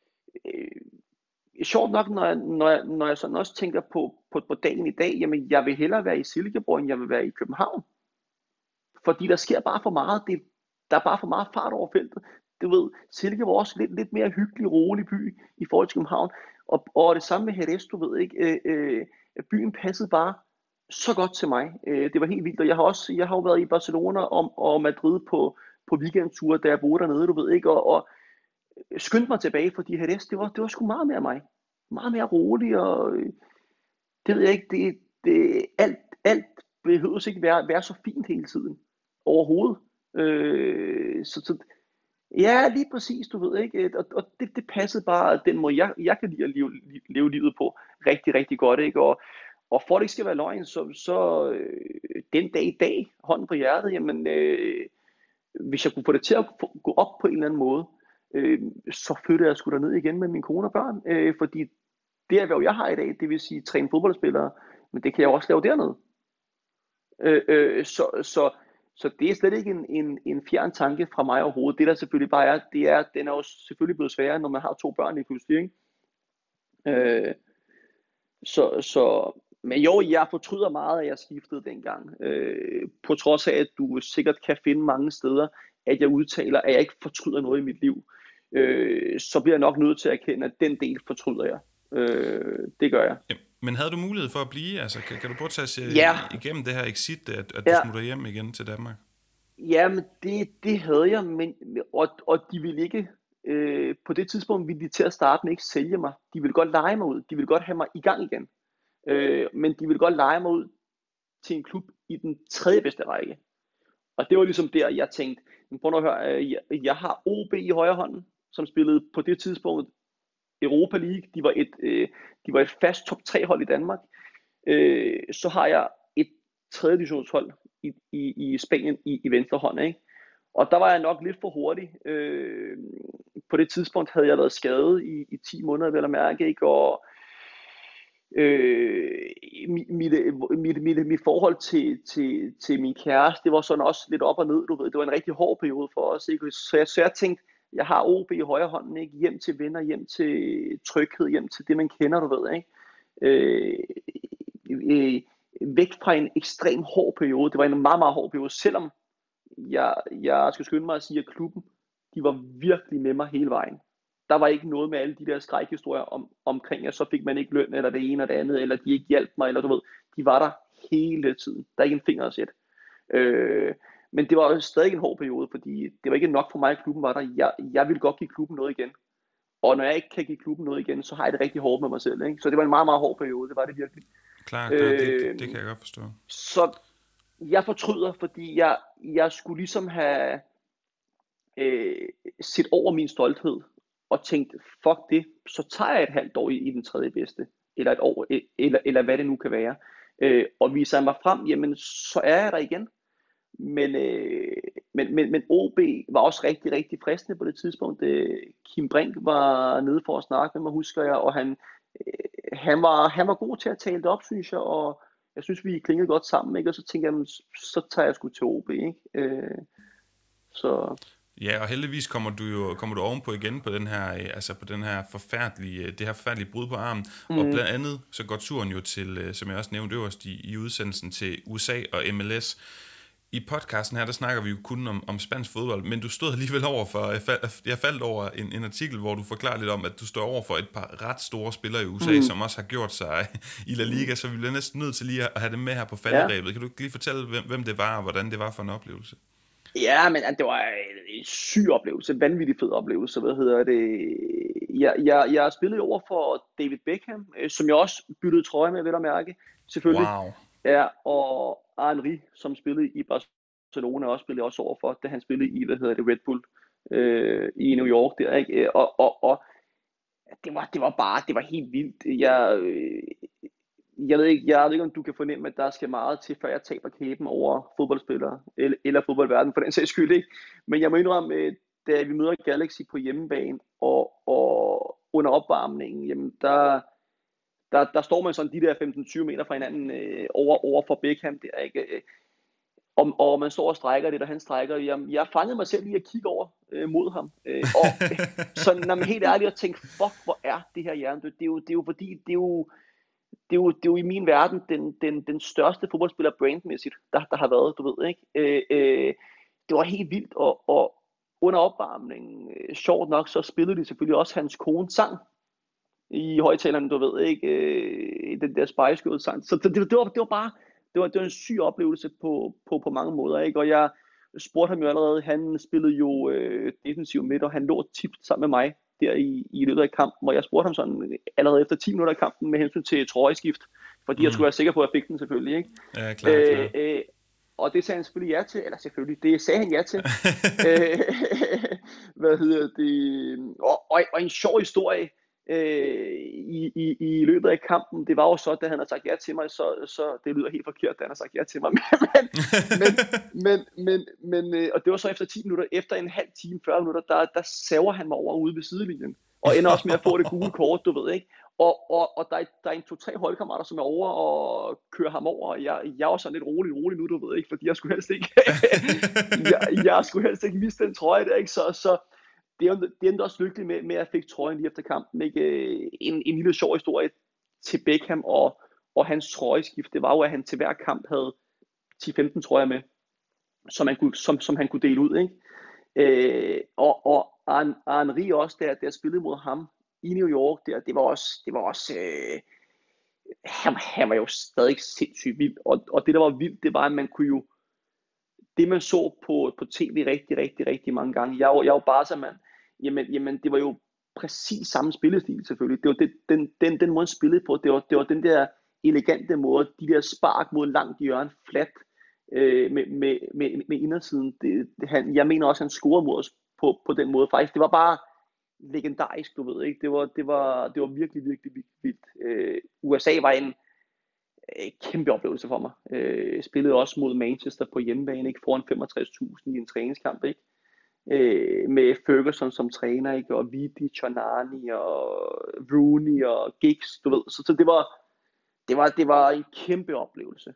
sjovt nok, når jeg sådan også tænker på dagen i dag, jamen jeg vil hellere være i Silkeborg, end jeg vil være i København. Fordi der sker bare for meget. Der er bare for meget fart over feltet. Du ved, Silkeborg er også lidt mere hyggelig, rolig by i forhold til København. Og det samme med Jerez, du ved ikke. Byen passede bare så godt til mig. Det var helt vildt. Og jeg har jo været i Barcelona og Madrid på weekendture, da jeg boede dernede, du ved ikke. Og skyndte mig tilbage, fordi Jerez, det var sgu meget mere mig. Meget mere rolig, og det ved jeg ikke, alt behøves ikke være så fint hele tiden. Overhovedet. Så ja, lige præcis, du ved ikke, og det passede bare den måde, jeg kan lide at leve livet på rigtig, rigtig godt, ikke, og for at det ikke skal være løgn, så den dag i dag, hånden på hjertet, jamen, hvis jeg kunne få det til at gå op på en eller anden måde, så flytter jeg sgu derned igen med min kone og børn, fordi det erhverv, jeg har i dag, det vil sige træne fodboldspillere, men det kan jeg også lave dernede. Så det er slet ikke en fjern tanke fra mig overhovedet. Det der selvfølgelig bare er, den er jo selvfølgelig blevet sværere, når man har 2 børn i pludselig, ikke? Øh, men jo, jeg fortryder meget, at jeg skiftede dengang. På trods af, at du sikkert kan finde mange steder, at jeg udtaler, at jeg ikke fortryder noget i mit liv. Så bliver jeg nok nødt til at erkende, at den del fortryder jeg. Det gør jeg. Ja, men havde du mulighed for at blive? Altså, kan du prøve at tage os Ja, igennem det her exit, at du ja. smutter hjem igen til Danmark? Ja, men det havde jeg, og de ville ikke, på det tidspunkt ville de til at starte med ikke sælge mig. De ville godt lege mig ud, de ville godt have mig i gang igen. Men de ville godt lege mig ud til en klub i den tredje bedste række. Og det var ligesom der, jeg tænkte, prøv at høre, jeg har OB i højre hånden, som spillede på det tidspunkt Europa League. De var et fast top 3 hold i Danmark. Så har jeg et tredje divisionshold i Spanien i venstre hånd, ikke? Og der var jeg nok lidt for hurtig. På det tidspunkt havde jeg været skadet i 10 måneder, vel at mærke, ikke? Og mit forhold til min kæreste, det var sådan også lidt op og ned, du ved. Det var en rigtig hård periode for os, ikke? Så jeg tænkte, jeg har OB i højre hånden, ikke? Hjem til venner, hjem til tryghed, hjem til det, man kender, du ved, ikke? Væk fra en ekstrem hård periode. Det var en meget, meget hård periode, selvom jeg skal skynde mig at sige, at klubben, de var virkelig med mig hele vejen. Der var ikke noget med alle de der skrækhistorier omkring, at så fik man ikke løn, eller det ene og det andet, eller de ikke hjalp mig, eller du ved, de var der hele tiden. Der er ikke en finger at sætte. Men det var jo stadig en hård periode, fordi det var ikke nok for mig, at klubben var der. Jeg ville godt give klubben noget igen. Og når jeg ikke kan give klubben noget igen, så har jeg det rigtig hårdt med mig selv, ikke? Så det var en meget, meget hård periode, det var det virkelig. Klar, det kan jeg godt forstå. Så jeg fortryder, fordi jeg skulle ligesom have set over min stolthed, og tænkt, fuck det, så tager jeg et halvt år i den tredje bedste, eller et år, eller hvad det nu kan være. Og viser jeg mig frem, jamen så er jeg der igen. Men OB var også rigtig, rigtig fristende på det tidspunkt. Kim Brink var nede for at snakke med mig, husker jeg, og han var god til at tale det op, synes jeg, og jeg synes, vi klingede godt sammen, ikke? Og så tænkte jeg, så tager jeg sgu til OB, ikke? Så... Ja, og heldigvis kommer du ovenpå igen på den her, på den her det her forfærdelige brud på armen, og blandt andet så går turen jo til, som jeg også nævnte øverst i udsendelsen, til USA og MLS. I podcasten her, der snakker vi jo kun om spansk fodbold, men du stod alligevel jeg faldt over en artikel, hvor du forklarer lidt om, at du står over for et par ret store spillere i USA, som også har gjort sig i La Liga, så vi bliver næsten nødt til lige at have dem med her på falderebet. Ja. Kan du lige fortælle, hvem det var, og hvordan det var for en oplevelse? Ja, men det var en syg oplevelse, en vanvittig fed oplevelse, Jeg spillede over for David Beckham, som jeg også byttede trøje med, vel at mærke, selvfølgelig. Wow. Ja, og Henry, som spillede i Barcelona, også spillede også over for, da han spillede i, Red Bull i New York der, ikke? Og det var helt vildt. Jeg ved ikke, om du kan fornemme, at der skal meget til, før jeg taber kæben over fodboldspillere, eller fodboldverden for den sags skyld, ikke? Men jeg må indrømme, da vi møder Galaxy på hjemmebane, og under opvarmningen, jamen der står man sådan de der 15-20 meter fra hinanden over for Beckham der, ikke? Og man står og strækker det, og han strækker. Jeg fangede mig selv lige at kigge over mod ham. Og så når man helt ærligt at tænke, fuck, hvor er det her hjernedødt. Det er jo fordi, det er jo i min verden den største fodboldspiller brandmæssigt, der har været, du ved, ikke? Det var helt vildt, og under opvarmningen, sjovt nok, så spillede de selvfølgelig også hans kone sang i højtalerne, du ved, ikke? Den der Spice Girls sang. Så det var en syg oplevelse på mange måder, ikke? Og jeg spurgte ham jo allerede, han spillede jo defensiv midt, og han lå tit sammen med mig der i løbet af kampen, og jeg spurgte ham sådan allerede efter 10 minutter af kampen med hensyn til trøjeskift, fordi jeg skulle være sikker på, at jeg fik den selvfølgelig, ikke? Ja, klar. Og det sagde han selvfølgelig ja til, eller selvfølgelig, det sagde han ja til. Og en sjov historie i løbet af kampen, det var jo så, da han havde sagt ja til mig, så det lyder helt forkert, da han har sagt ja til mig, men og det var så efter 10 minutter, efter en halv time, 40 minutter, der saver han mig over ude ved sidelinjen, og ender også med at få det gule kort, du ved, ikke? Og der er en 2-3 holdkammerater, som er over og kører ham over, og jeg var sådan lidt rolig nu, du ved, ikke? Fordi jeg skulle helst ikke jeg skulle helst ikke miste den trøje der, ikke? Så det endte også lykkeligt med, at jeg fik trøjen lige efter kampen, ikke? En lille sjov historie til Beckham og hans trøjeskift, det var jo, at han til hver kamp havde 10-15 trøjer med, som han kunne dele ud, ikke? Og Henry også, da jeg spillede mod ham i New York, det var også han var jo stadig sindssygt vild, og det der var vildt, det var, at man kunne jo, det man så på tv rigtig mange gange, jeg er jo Barca-mand, jamen det var jo præcis samme spillestil selvfølgelig, det var den måde han spillede på, det var den der elegante måder, de der spark mod langt hjørne, flat, med indersiden. Jeg mener også, at han scorede mod os på den måde. Faktisk, det var bare legendarisk, du ved, ikke? Det var virkelig, virkelig vildt. USA var en kæmpe oplevelse for mig. Spillede også mod Manchester på hjemmebane, ikke? Foran 65.000 i en træningskamp, ikke? Med Ferguson som træner, ikke? Og Vidic, Nani og Rooney og Giggs, du ved. Så det var en kæmpe oplevelse.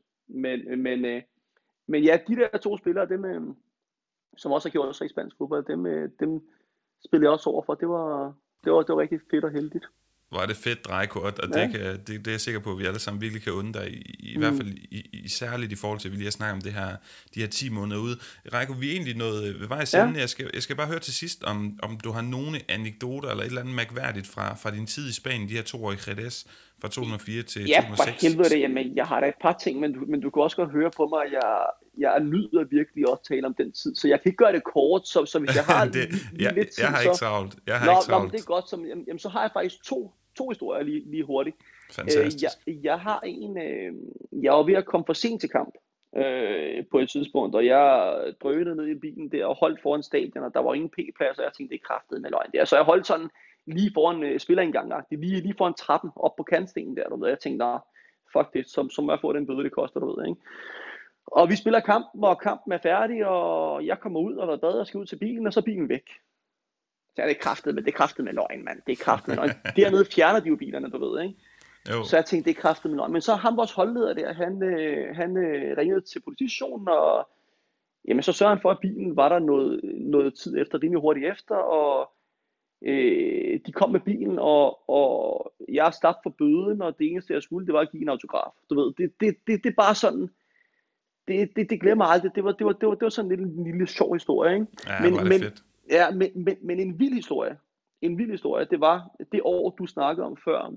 Men ja, de der to spillere, dem, som også har gjort sig i spansk fodbold, dem spillede jeg også over for. Det var rigtig fedt og heldigt. Hvor er det fedt, Rejko, og ja. det er jeg sikker på, at vi alle sammen virkelig kan undre dig, i hvert fald i særligt i forhold til, at vi lige har snakket om de her 10 måneder ude. Rejko, vi er egentlig nået ved vejs ende. Jeg skal bare høre til sidst, om du har nogle anekdoter eller et eller andet mærkværdigt fra din tid i Spanien, de her 2 år i Jerez, fra 2004 til 2006. Ja, for helvede det. Jamen, jeg har da et par ting, men du kan også godt høre på mig, at jeg nyder virkelig også tale om den tid, så jeg kan ikke gøre det kort, så hvis jeg har lidt tid, jeg har ikke travlt. Det er godt, jamen, så har jeg faktisk to historier lige hurtigt. Fantastisk. Jeg har en, jeg var ved at komme for sent til kamp på et tidspunkt, og jeg drønede ned i bilen der og holdt foran stadion, og der var ingen p-plads, og jeg tænkte, det er kraftedeme med løgn der. Så jeg holdt sådan lige foran spillerindgang-agtigt, lige foran trappen op på kantstenen der, du ved. Jeg tænkte, fuck det, så må jeg få den bøde, det koster, du ved, ikke? Og vi spiller kampen, og kampen er færdig, og jeg kommer ud og er bad og skal ud til bilen, og så er bilen væk. Så er det kraftet med løgn, mand. Det er kraftet med løgn. Dernede fjerner de jo bilerne, du ved, ikke? Jo. Så jeg tænkte, det er kraftet med løgn. Men så ham vores holdleder der, han ringede til politistationen, og jamen, så sørger han for, at bilen var der noget tid efter, rimelig hurtigt efter, og de kom med bilen, og jeg stak for bøden, og det eneste jeg skulle, det var at give en autograf. Du ved, det er bare sådan, det glemmer jeg aldrig. Det var sådan en lille sjov historie, ikke? Ja, men fedt. Ja, men en vild historie. En vild historie, det var det år, du snakkede om før,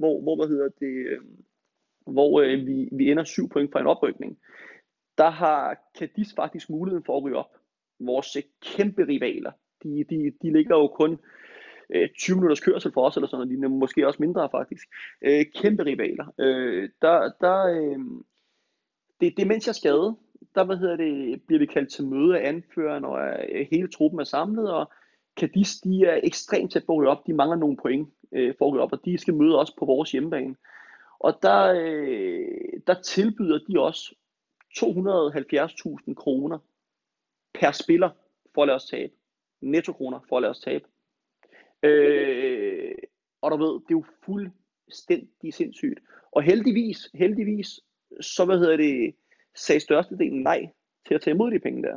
hvor vi ender 7 point fra en oprykning. Der har Cadiz faktisk muligheden for at ryge op. Vores kæmpe rivaler, de ligger jo kun 20 minutters kørsel for os, eller sådan noget, måske også mindre faktisk. Kæmpe rivaler. Det mens jeg er skadet, der bliver vi kaldt til møde af anføreren, og hele truppen er samlet, og Cadiz, de er ekstremt tæt på at ryge op. De mangler nogle point for at ryge op, og de skal møde os på vores hjemmebane. Og der tilbyder de også 270.000 kroner per spiller for at lade os tabe. Netto kroner for at lade os tabe. Og du ved, det er jo fuldstændig sindssygt. Og heldigvis, så sagde størstedelen nej til at tage imod de penge der.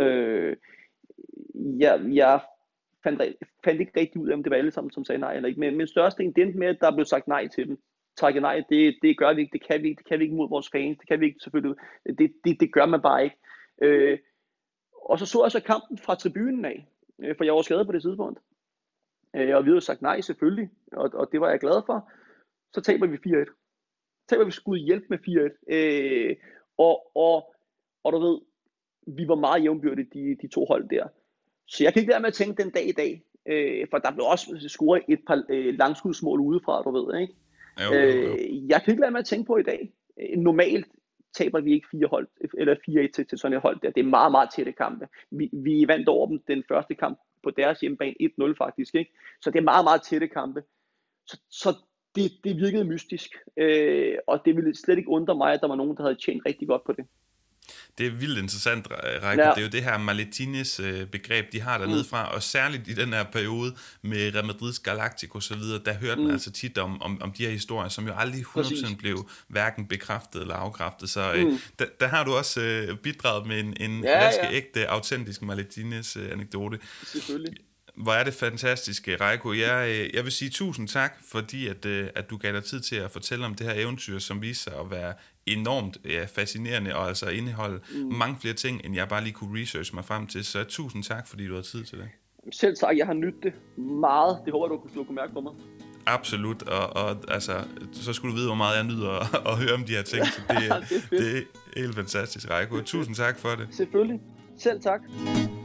Jeg fandt ikke rigtig ud af, om det var alle sammen, som sagde nej eller ikke. Men størstedelen, det endte med, at der blev sagt nej til dem. Takke nej, det gør vi ikke, det kan vi ikke mod vores fans, det kan vi ikke selvfølgelig, det gør man bare ikke. Og så jeg så kampen fra tribunen af, for jeg var skadet på det tidspunkt. Og vi havde sagt nej selvfølgelig, og det var jeg glad for. Så taber vi 4-1. Taber vi skud hjælp med 4-1. Og du ved, vi var meget jævnbyrdige, de to hold der. Så jeg kan ikke være med at tænke den dag i dag, for der blev også scoret et par langskudsmål udefra, du ved, ikke? Jo. Jeg kan ikke lade mig at tænke på i dag. Normalt taber vi ikke 4-1 til sådan et hold der. Det er meget, meget tætte kampe. Vi vandt over dem den første kamp på deres hjemmebane 1-0 faktisk, ikke? Så det er meget, meget tætte kampe. Så det virkede mystisk. Og det ville slet ikke undre mig, at der var nogen, der havde tjent rigtig godt på det. Det er vildt interessant, Rejko. Ja. Det er jo det her Maletines begreb, de har dernede fra, og særligt i den her periode med Real Madrid's Galacticos og så videre, der hørte man altså tit om de her historier, som jo aldrig 100% blev hverken bekræftet eller afkræftet. Så der har du også bidraget med en ægte, autentisk Maletines anekdote. Selvfølgelig. Hvor er det fantastisk, Rejko. Jeg vil sige tusind tak, fordi at du gav dig tid til at fortælle om det her eventyr, som viser sig at være enormt fascinerende og altså indeholde mange flere ting, end jeg bare lige kunne researche mig frem til. Så tusind tak, fordi du har tid til det. Selv tak, jeg har nydt det meget. Det håber du kunne mærke på mig. Absolut, og altså, så skulle du vide, hvor meget jeg nyder at høre om de her ting. Så det er helt fantastisk, Rejko. Tusind tak for det. Selvfølgelig. Selv tak.